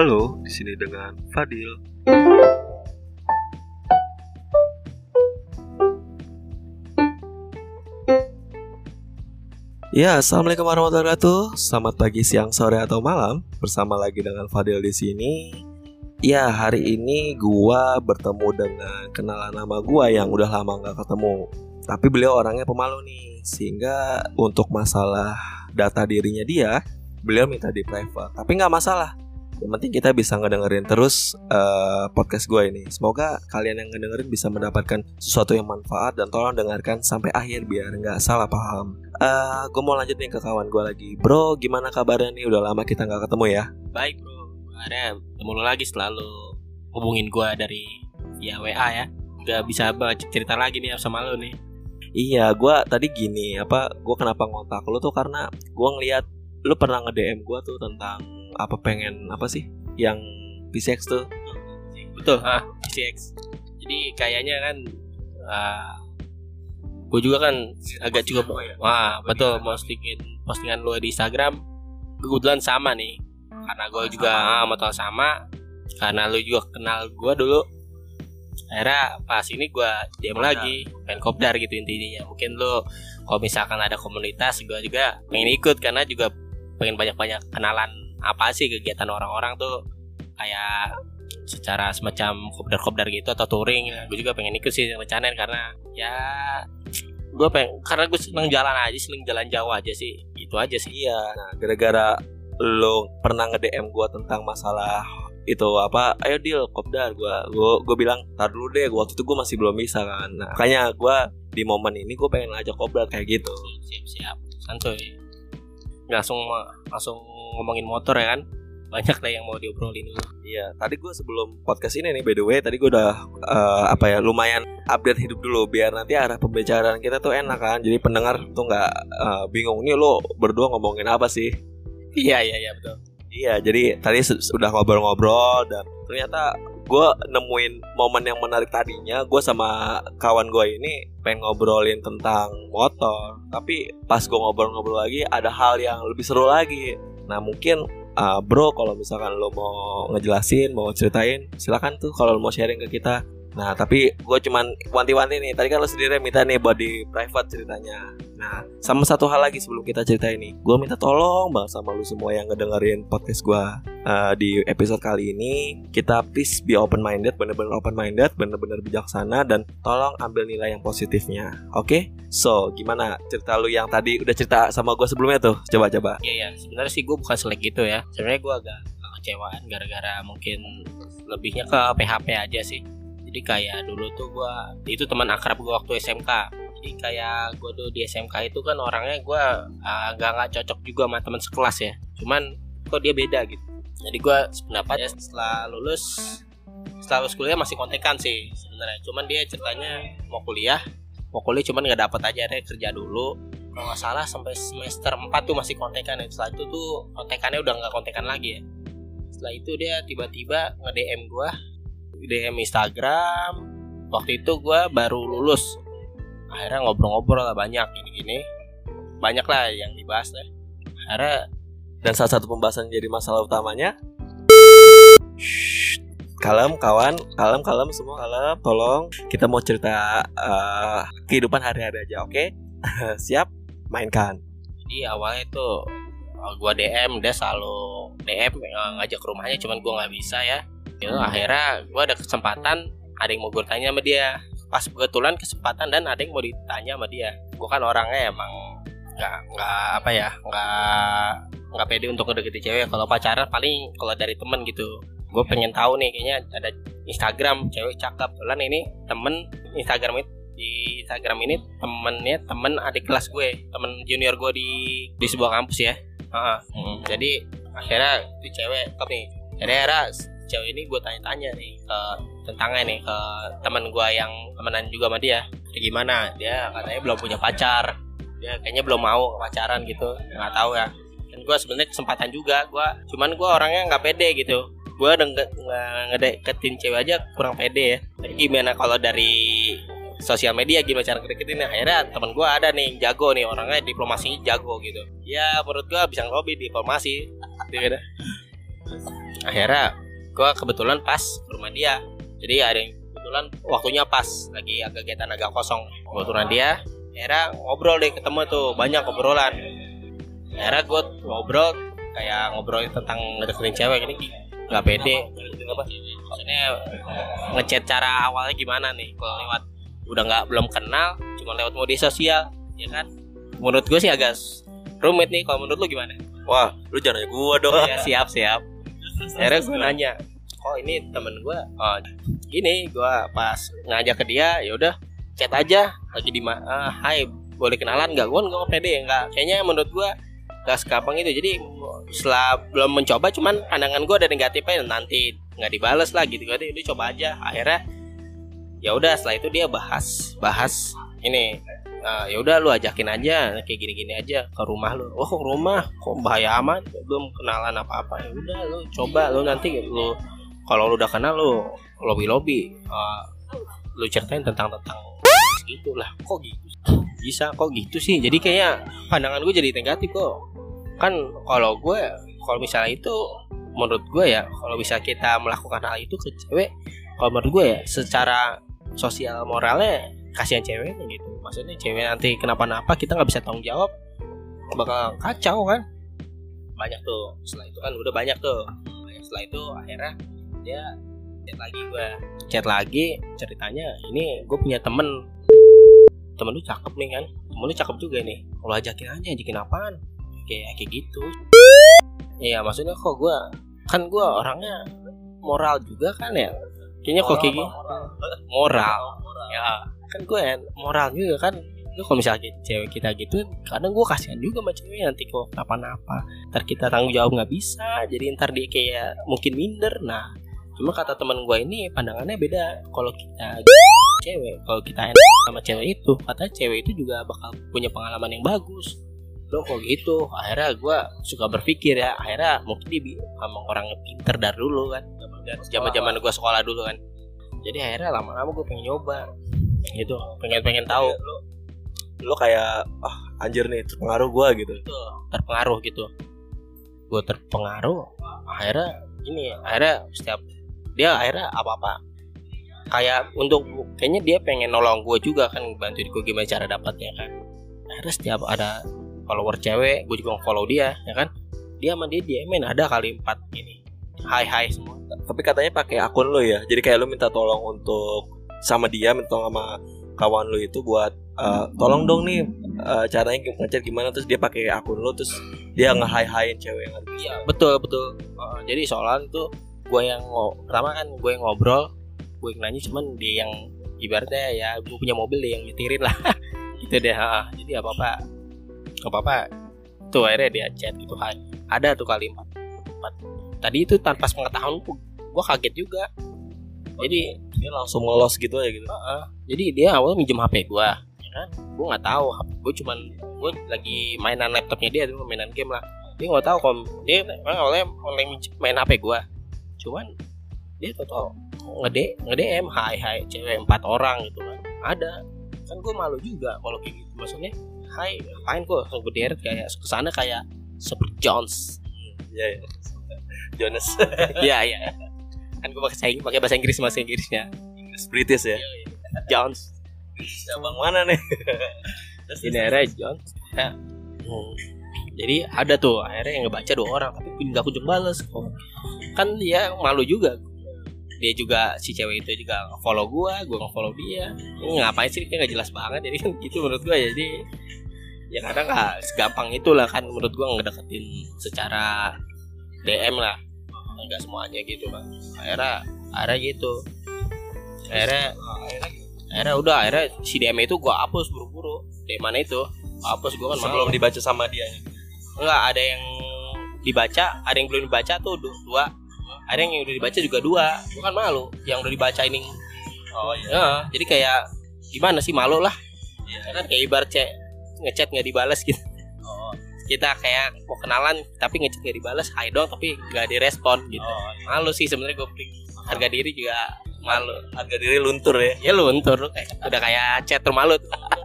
Halo, di sini dengan Fadil. Ya, assalamualaikum warahmatullahi wabarakatuh. Selamat pagi, siang, sore atau malam. Bersama lagi dengan Fadil di sini. Ya, hari ini gua bertemu dengan kenalan nama gua yang udah lama nggak ketemu. Tapi beliau orangnya pemalu nih, sehingga untuk masalah data dirinya dia, beliau minta di private. Tapi nggak masalah. Yang penting kita bisa ngedengerin terus podcast gue ini. Semoga kalian yang ngedengerin bisa mendapatkan sesuatu yang manfaat. Dan tolong dengarkan sampai akhir biar gak salah paham. Gue mau lanjut nih ke kawan gue lagi. Bro, gimana kabarnya nih? Udah lama kita gak ketemu ya. Baik bro, ada ketemu lo lagi selalu hubungin gue dari via WA ya. Gak bisa cerita lagi nih sama lo nih. Iya, gue tadi gini. Gue kenapa ngontak lo tuh karena gue ngeliat lo pernah nge-DM gue tuh tentang pengen apa sih yang PCX tuh. Betul, PCX. Jadi kayaknya kan gue juga kan agak juga betul postingan lo di Instagram kebetulan sama nih. Karena gue juga motor sama. Karena lo juga kenal gue dulu. Akhirnya pas ini gue DM lagi pengen kopdar gitu intinya. Mungkin lo kalau misalkan ada komunitas gue juga pengen ikut. Karena juga pengen banyak-banyak kenalan apa sih kegiatan orang-orang tuh kayak secara semacam kopdar-kopdar gitu atau touring. Gue juga pengen ikut sih rencanain karena ya gue karena gue seneng jalan jauh aja sih. Itu aja sih. Iya, nah gara-gara lo pernah nge-DM gue tentang masalah itu ayo deal kopdar, gue bilang tar dulu deh, waktu itu gue masih belum bisa kan. Nah, makanya gue di momen ini gue pengen ngajak kopdar kayak gitu. Siap santuy. Langsung ngomongin motor ya kan. Banyak lah yang mau diobrolin dulu. Iya, tadi gue sebelum podcast ini nih by the way, tadi gue udah lumayan update hidup dulu biar nanti arah pembicaraan kita tuh enak kan. Jadi pendengar tuh nggak bingung nih lo berdua ngomongin apa sih. Iya betul. Iya, jadi tadi sudah ngobrol-ngobrol dan ternyata gue nemuin momen yang menarik tadinya. Gue sama kawan gue ini pengen ngobrolin tentang motor, tapi pas gue ngobrol-ngobrol lagi ada hal yang lebih seru lagi. Nah mungkin bro kalau misalkan lo mau ngejelasin, mau ceritain, silakan tuh kalau lo mau sharing ke kita. Nah tapi gue cuman wanti-wanti nih, tadi kan lo sendiri minta nih buat di private ceritanya. Nah sama satu hal lagi sebelum kita cerita ini, gue minta tolong banget sama lo semua yang ngedengerin podcast gue di episode kali ini. Kita please be open minded, bener-bener open minded, bener-bener bijaksana, dan tolong ambil nilai yang positifnya. Oke? So gimana cerita lo yang tadi udah cerita sama gue sebelumnya tuh? Coba. Iya sebenarnya sih gue bukan selek gitu ya. Sebenarnya gue agak kecewaan gara-gara mungkin lebihnya ke PHP aja sih. Jadi kayak dulu tuh gue itu teman akrab gue waktu SMK. Jadi kayak gue tuh di SMK itu kan orangnya gue agak cocok juga sama teman sekelas ya. Cuman kok dia beda gitu. Jadi gue sependapat ya setelah lulus kuliah masih kontekan sih sebenarnya. Cuman dia ceritanya mau kuliah cuman nggak dapat aja, dia kerja dulu. Kalau nggak salah sampai semester 4 tuh masih kontekan. Setelah itu tuh kontekannya udah nggak kontekan lagi ya. Setelah itu dia tiba-tiba nge-DM gue, DM Instagram. Waktu itu gue baru lulus. Akhirnya ngobrol-ngobrol lah banyak gini-gini. Banyak lah yang dibahas lah. Akhirnya dan salah satu pembahasan jadi masalah utamanya. Kalem kawan, kalem semua, kalem. Tolong kita mau cerita kehidupan hari-hari aja, oke? Siap? Mainkan. Jadi awalnya tuh gue DM, dia selalu DM ngajak ke rumahnya, cuman gue nggak bisa ya. Gitu, akhirnya gue ada kesempatan, ada yang mau gue tanya sama dia. Pas kebetulan kesempatan dan ada yang mau ditanya sama dia. Gue kan orangnya emang nggak pede untuk ngedeketin cewek. Kalau pacaran paling kalau dari temen gitu. Gue pengen tahu nih, kayaknya ada Instagram cewek cakep. Soalnya ini temen Instagram di Instagram ini temen adik kelas gue, temen junior gue di sebuah kampus ya. Jadi akhirnya itu cewek cakep nih. Jadi akhirnya cewek ini gue tanya-tanya nih tentangnya nih ke teman gue yang temenan juga sama dia. Gimana? Dia katanya belum punya pacar. Dia kayaknya belum mau pacaran gitu. Nggak tahu ya. Dan gue sebenarnya kesempatan juga. Cuman gue orangnya nggak pede gitu. Gue ngedeketin cewek aja kurang pede ya. Tapi gimana kalau dari sosial media gimana cara ngedeketin? Akhirnya teman gue ada nih yang jago nih, orangnya diplomasinya jago gitu. Ya menurut gue bisa ngelobi diplomasi gitu. Akhirnya gue kebetulan pas ke rumah dia, jadi ada yang kebetulan waktunya pas lagi kegiatan agak kosong. Kebetulan dia, akhirnya ngobrol deh, ketemu tuh banyak obrolan. Akhirnya gue ngobrol kayak ngobrol tentang ngedeketin cewek ini nggak pede. Maksudnya ngechat cara awalnya gimana nih kalau lewat udah belum kenal, cuma lewat media sosial, ya kan? Menurut gue sih agak rumit nih. Kalau menurut lu gimana? Wah, lu jangan nanya gua dong. Ya, siap. Akhirnya gue nanya, oh ini temen gue, oh ini gue pas ngajak ke dia, ya udah chat aja, lagi di mana, hai boleh kenalan nggak? Gue nggak pede, nggak, kayaknya menurut gue nggak segampang itu. Jadi setelah belum mencoba, cuman pandangan gue ada negatifnya, nanti nggak dibales lah gitu. Jadi udah coba aja. Akhirnya ya udah, setelah itu dia bahas ini, ya udah lu ajakin aja kayak gini-gini aja ke rumah lu. Oh, ke rumah kok bahaya amat, belum kenalan apa-apa. Ya udah lu coba, lu nanti lu kalau lu udah kenal lu lobby lu ceritain tentang gitulah. Kok gitu bisa, kok gitu sih? Jadi kayak pandangan gue jadi negatif kok. Kan kalau misalnya itu menurut gue ya, kalau bisa kita melakukan hal itu ke cewek, kalau menurut gue ya secara sosial moralnya kasihan ceweknya gitu. Maksudnya cewek nanti kenapa-napa kita nggak bisa tanggung jawab, bakal kacau kan. Banyak tuh setelah itu kan udah banyak tuh. Setelah itu akhirnya dia chat lagi ceritanya, ini gue punya temen lu cakep nih kan, temen lu cakep juga nih, kalau ajakin apaan kayak gitu. Iya, maksudnya kok gue orangnya moral juga kan ya, kayaknya kok kayak gitu moral ya kan, gue moral juga kan. Lu kalau misalnya cewek kita gitu, kadang gue kasihan juga sama cewek, nanti kok kenapa-napa ntar kita tanggung jawab nggak bisa, jadi ntar dia kayak mungkin minder. Nah, cuma kata teman gue ini pandangannya beda. Kalau kita cewek, kalau kita enak sama cewek itu, katanya cewek itu juga bakal punya pengalaman yang bagus. Loh kok gitu? Akhirnya gue suka berpikir ya, akhirnya mungkin dia sama orang yang pinter dari dulu kan, zaman gue sekolah dulu kan. Jadi akhirnya lama-lama gue pengen nyoba gitu, pengen tahu. Lo kayak anjir nih, terpengaruh gue gitu. Terpengaruh gitu. Gue terpengaruh. Akhirnya setiap dia akhirnya apa-apa kayak kayaknya dia pengen nolong gue juga kan, bantuin gue gimana cara dapatnya kan. Akhirnya setiap ada follower cewek, gue juga follow dia ya kan. Dia sama dia DM-in ada kali 4 ini. Hai semua. Tapi katanya pakai akun lo ya. Jadi kayak lo minta tolong untuk sama dia, minta tolong sama kawan lo itu buat tolong dong nih caranya ngechat gimana, terus dia pakai akun lo, terus dia nge-hi-hi-in cewek yang ada. Iya, betul. Jadi soalnya itu gue yang pertama kan gue yang ngobrol, gue yang nanya, cuman dia yang ibaratnya ya gue punya mobil, dia yang nyetirin lah. Gitu deh. Jadi apa-apa tuh akhirnya dia chat gitu, hai. Ada tuh kali 4. Tadi itu tanpa pengetahuan gue kaget juga. Jadi dia langsung lolos gitu aja gitu. Jadi dia awalnya minjem HP gue, ya kan? Gue nggak tahu, gue lagi mainan laptopnya dia tuh, mainan game lah. Dia nggak tahu kalau dia awalnya main HP gue. Cuman dia tau nge-DM hai cewek 4 orang gitu kan. Ada kan, gue malu juga kalau kayak gitu. Maksudnya hai ngapain, gue langsung berderet kayak kesana kayak seperti Jones. Iya. Jonas. Iya. Kan gue pakai bahasa Inggrisnya. Inggris British ya. Jones. Bang mana nih? Ini akhirnya Jones. Ya. Jadi ada tuh akhirnya yang ngebaca 2 orang, tapi nggak kunjung balas. Kan dia malu juga. Dia juga, si cewek itu juga follow gue nge-follow dia. Ini ngapain sih, kayak nggak jelas banget. Jadi kan gitu menurut gue. Jadi ya kadang nggak segampang itulah kan menurut gue ngedeketin secara DM lah. Nggak semuanya gitu kan. Akhirnya gitu. Akhirnya si DM itu gue hapus buru-buru. DM mana itu? Hapus gue kan sebelum dibaca sama dia. Enggak, ada yang dibaca, ada yang belum dibaca tuh 2. Ada yang udah dibaca juga 2. Gue kan malu yang udah dibaca ini. Oh iya. Ya, jadi kayak gimana sih, malu lah. Iya. Kan kayak ibarat ngechat nggak dibalas gitu. Kita kayak mau kenalan tapi ngechat nggak dibalas, hai dong tapi nggak direspon gitu. Malu sih sebenarnya gue. Harga diri juga malu. Harga diri luntur ya. Ya luntur, udah kayak chat malu.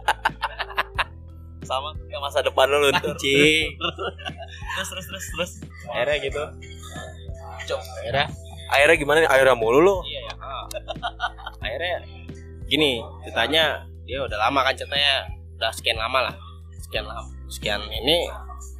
Sama kayak masa depan lu luntur. Anjing. Terus. Akhirnya gitu. Akhirnya gimana nih? Akhirnya mulu lo. Iya ya. Akhirnya gini, ceritanya dia udah lama kan, ceritanya udah sekian lama lah. Sekian ini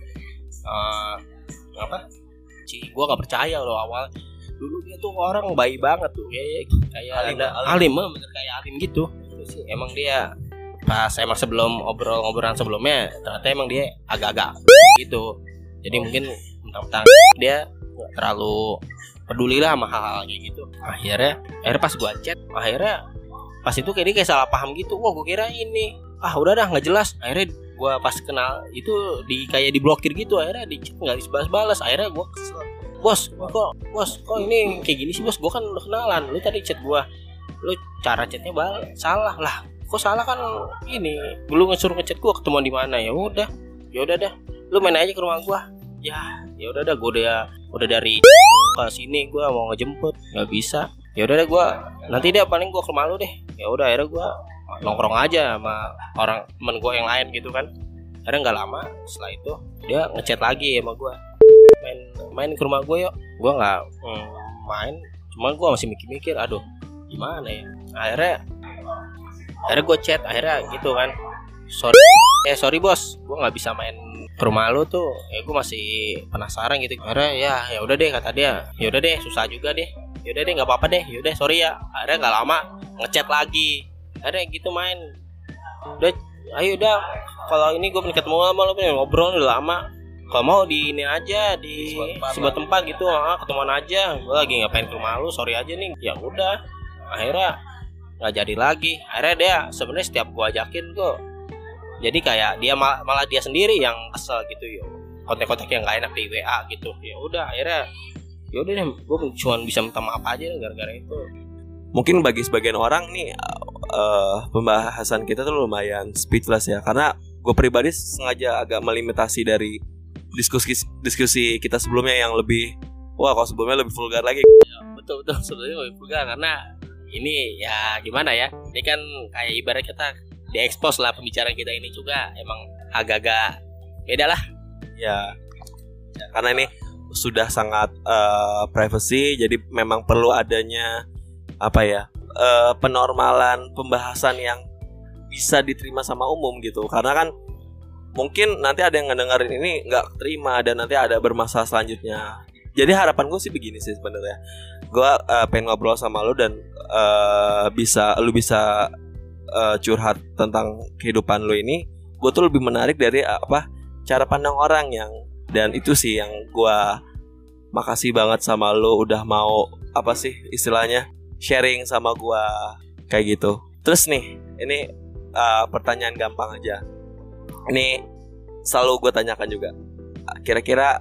gue gak percaya loh awal. Dulu dia tuh orang baik banget tuh, kayak alim, bener kayak alim gitu. Terus emang dia pas emang sebelum ngobrolan sebelumnya ternyata emang dia agak-agak gitu. Jadi mungkin tentang dia gak terlalu peduli lah sama hal-hal kayak gitu. Akhirnya pas gue chat, pas itu kayak dia kayak salah paham gitu. Wah, gue kira ini udah dah nggak jelas. Akhirnya gue pas kenal itu kayak diblokir gitu. Akhirnya di chat nggak dibalas. Akhirnya gue kesel. Bos kok ini kayak gini sih bos? Gue kan udah kenalan. Lu tadi chat gue, lu cara chatnya salah lah. Kok salah kan ini? Lu ngesuruh ngechat gue ketemuan di mana? Ya udah dah. Lu main aja ke rumah gue. Ya udah dah, gue udah dari ke sini gue mau ngejemput nggak bisa. Ya udah deh, gue nanti dia paling gue ke rumah lu deh. Ya udah, akhirnya gue nongkrong aja sama orang temen gue yang lain gitu kan. Akhirnya nggak lama setelah itu dia ngechat lagi sama gue, main ke rumah gue yuk. Gue nggak main, cuman gue masih mikir aduh gimana ya. Akhirnya gue chat, akhirnya gitu kan, sorry bos, gue nggak bisa main ke rumah lu tuh. Ya gue masih penasaran gitu. Akhirnya ya udah deh, kata dia, ya udah deh, susah juga deh. Ya udah deh, nggak apa-apa deh, yaudah sorry ya. Akhirnya nggak lama ngechat lagi. Akhirnya gitu main. Udah, ayo udah, kalau ini gue pengen ketemu sama lo, pengen ngobrol udah lama. Kalau mau di ini aja di sebuah tempat gitu, ketemuan aja. Gue lagi ngapain ke rumah lu, sorry aja nih. Ya udah, akhirnya nggak jadi lagi. Akhirnya dia sebenarnya setiap gue ajakin kok, jadi kayak dia malah dia sendiri yang kesel gitu ya. Kontak-kontak yang nggak enak di WA gitu. Ya udah, akhirnya ya udah deh, gue cuma bisa minta maaf aja gara-gara itu. Mungkin bagi sebagian orang nih pembahasan kita tuh lumayan speechless ya, karena gue pribadi sengaja agak melimitasi dari diskusi kita sebelumnya yang lebih kalau sebelumnya lebih vulgar lagi. Ya, betul sebelumnya lebih vulgar karena ini ya gimana ya, ini kan kayak ibarat kita diekspos lah, pembicaraan kita ini juga emang agak-agak beda lah ya, karena ini sudah sangat privacy, jadi memang perlu adanya penormalan pembahasan yang bisa diterima sama umum gitu. Karena kan mungkin nanti ada yang ngedengerin ini nggak terima dan nanti ada bermasalah selanjutnya. Jadi harapan gue sih begini sih sebenarnya, gue pengen ngobrol sama lu dan lu bisa curhat tentang kehidupan lu ini. Gue tuh lebih menarik dari cara pandang orang yang, dan itu sih yang gue makasih banget sama lu udah mau istilahnya sharing sama gue kayak gitu. Terus nih, ini pertanyaan gampang aja. Ini selalu gue tanyakan juga. Kira-kira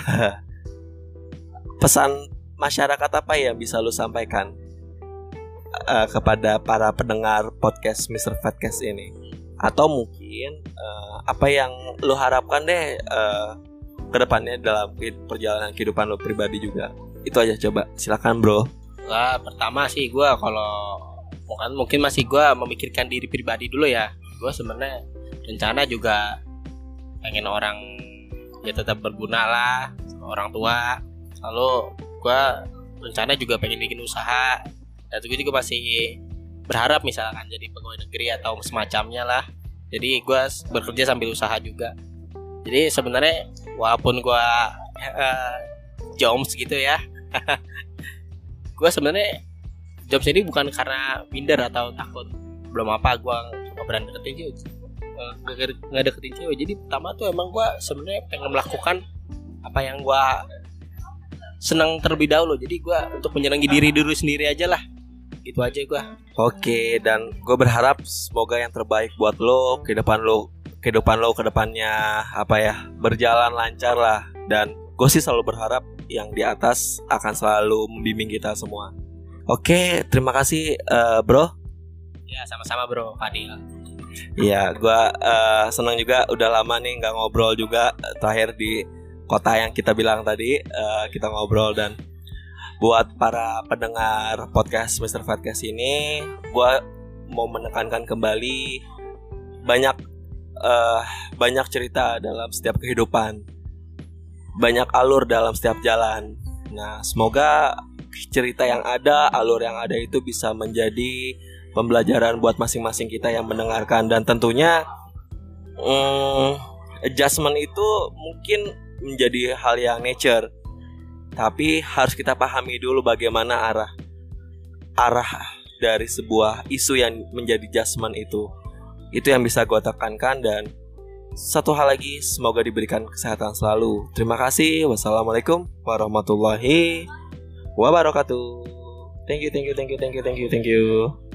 pesan masyarakat apa yang bisa lu sampaikan kepada para pendengar podcast Mr. Fatcast ini? Atau mungkin apa yang lu harapkan deh ke depannya dalam perjalanan kehidupan lu pribadi juga? Itu aja, coba silakan bro. Pertama sih gue kalau mungkin masih gue memikirkan diri pribadi dulu ya. Gue sebenarnya rencana juga pengen orang ya tetap berguna lah sama orang tua. Lalu gue rencana juga pengen bikin usaha. Dan gue juga masih berharap misalkan jadi pegawai negeri atau semacamnya lah. Jadi gue bekerja sambil usaha juga. Jadi sebenarnya walaupun gue joms gitu ya, gue sebenarnya job ini bukan karena minder atau takut. Belum apa, gue nggak berani deketin cewek, nggak deketin cewek. Jadi pertama tuh emang gue sebenarnya pengen melakukan apa yang gue senang terlebih dahulu. Jadi gue untuk menyenangi diri sendiri aja lah. Itu aja gue. Oke, dan gue berharap semoga yang terbaik buat lo, kehidupan lo kedepannya berjalan lancar lah. Dan gue sih selalu berharap yang di atas akan selalu membimbing kita semua. Oke, terima kasih bro. Ya, sama-sama bro, Fadil. Iya, gue senang juga udah lama nih nggak ngobrol juga. Terakhir di kota yang kita bilang tadi kita ngobrol. Dan buat para pendengar podcast Mr. Fatcast ini, gue mau menekankan kembali banyak cerita dalam setiap kehidupan, banyak alur dalam setiap jalan. Nah, semoga cerita yang ada, alur yang ada itu bisa menjadi pembelajaran buat masing-masing kita yang mendengarkan. Dan tentunya adjustment itu mungkin menjadi hal yang nature, tapi harus kita pahami dulu bagaimana arah dari sebuah isu yang menjadi adjustment itu. Itu yang bisa gue tekankan. Dan satu hal lagi, semoga diberikan kesehatan selalu. Terima kasih. Wassalamualaikum warahmatullahi wabarakatuh. Thank you.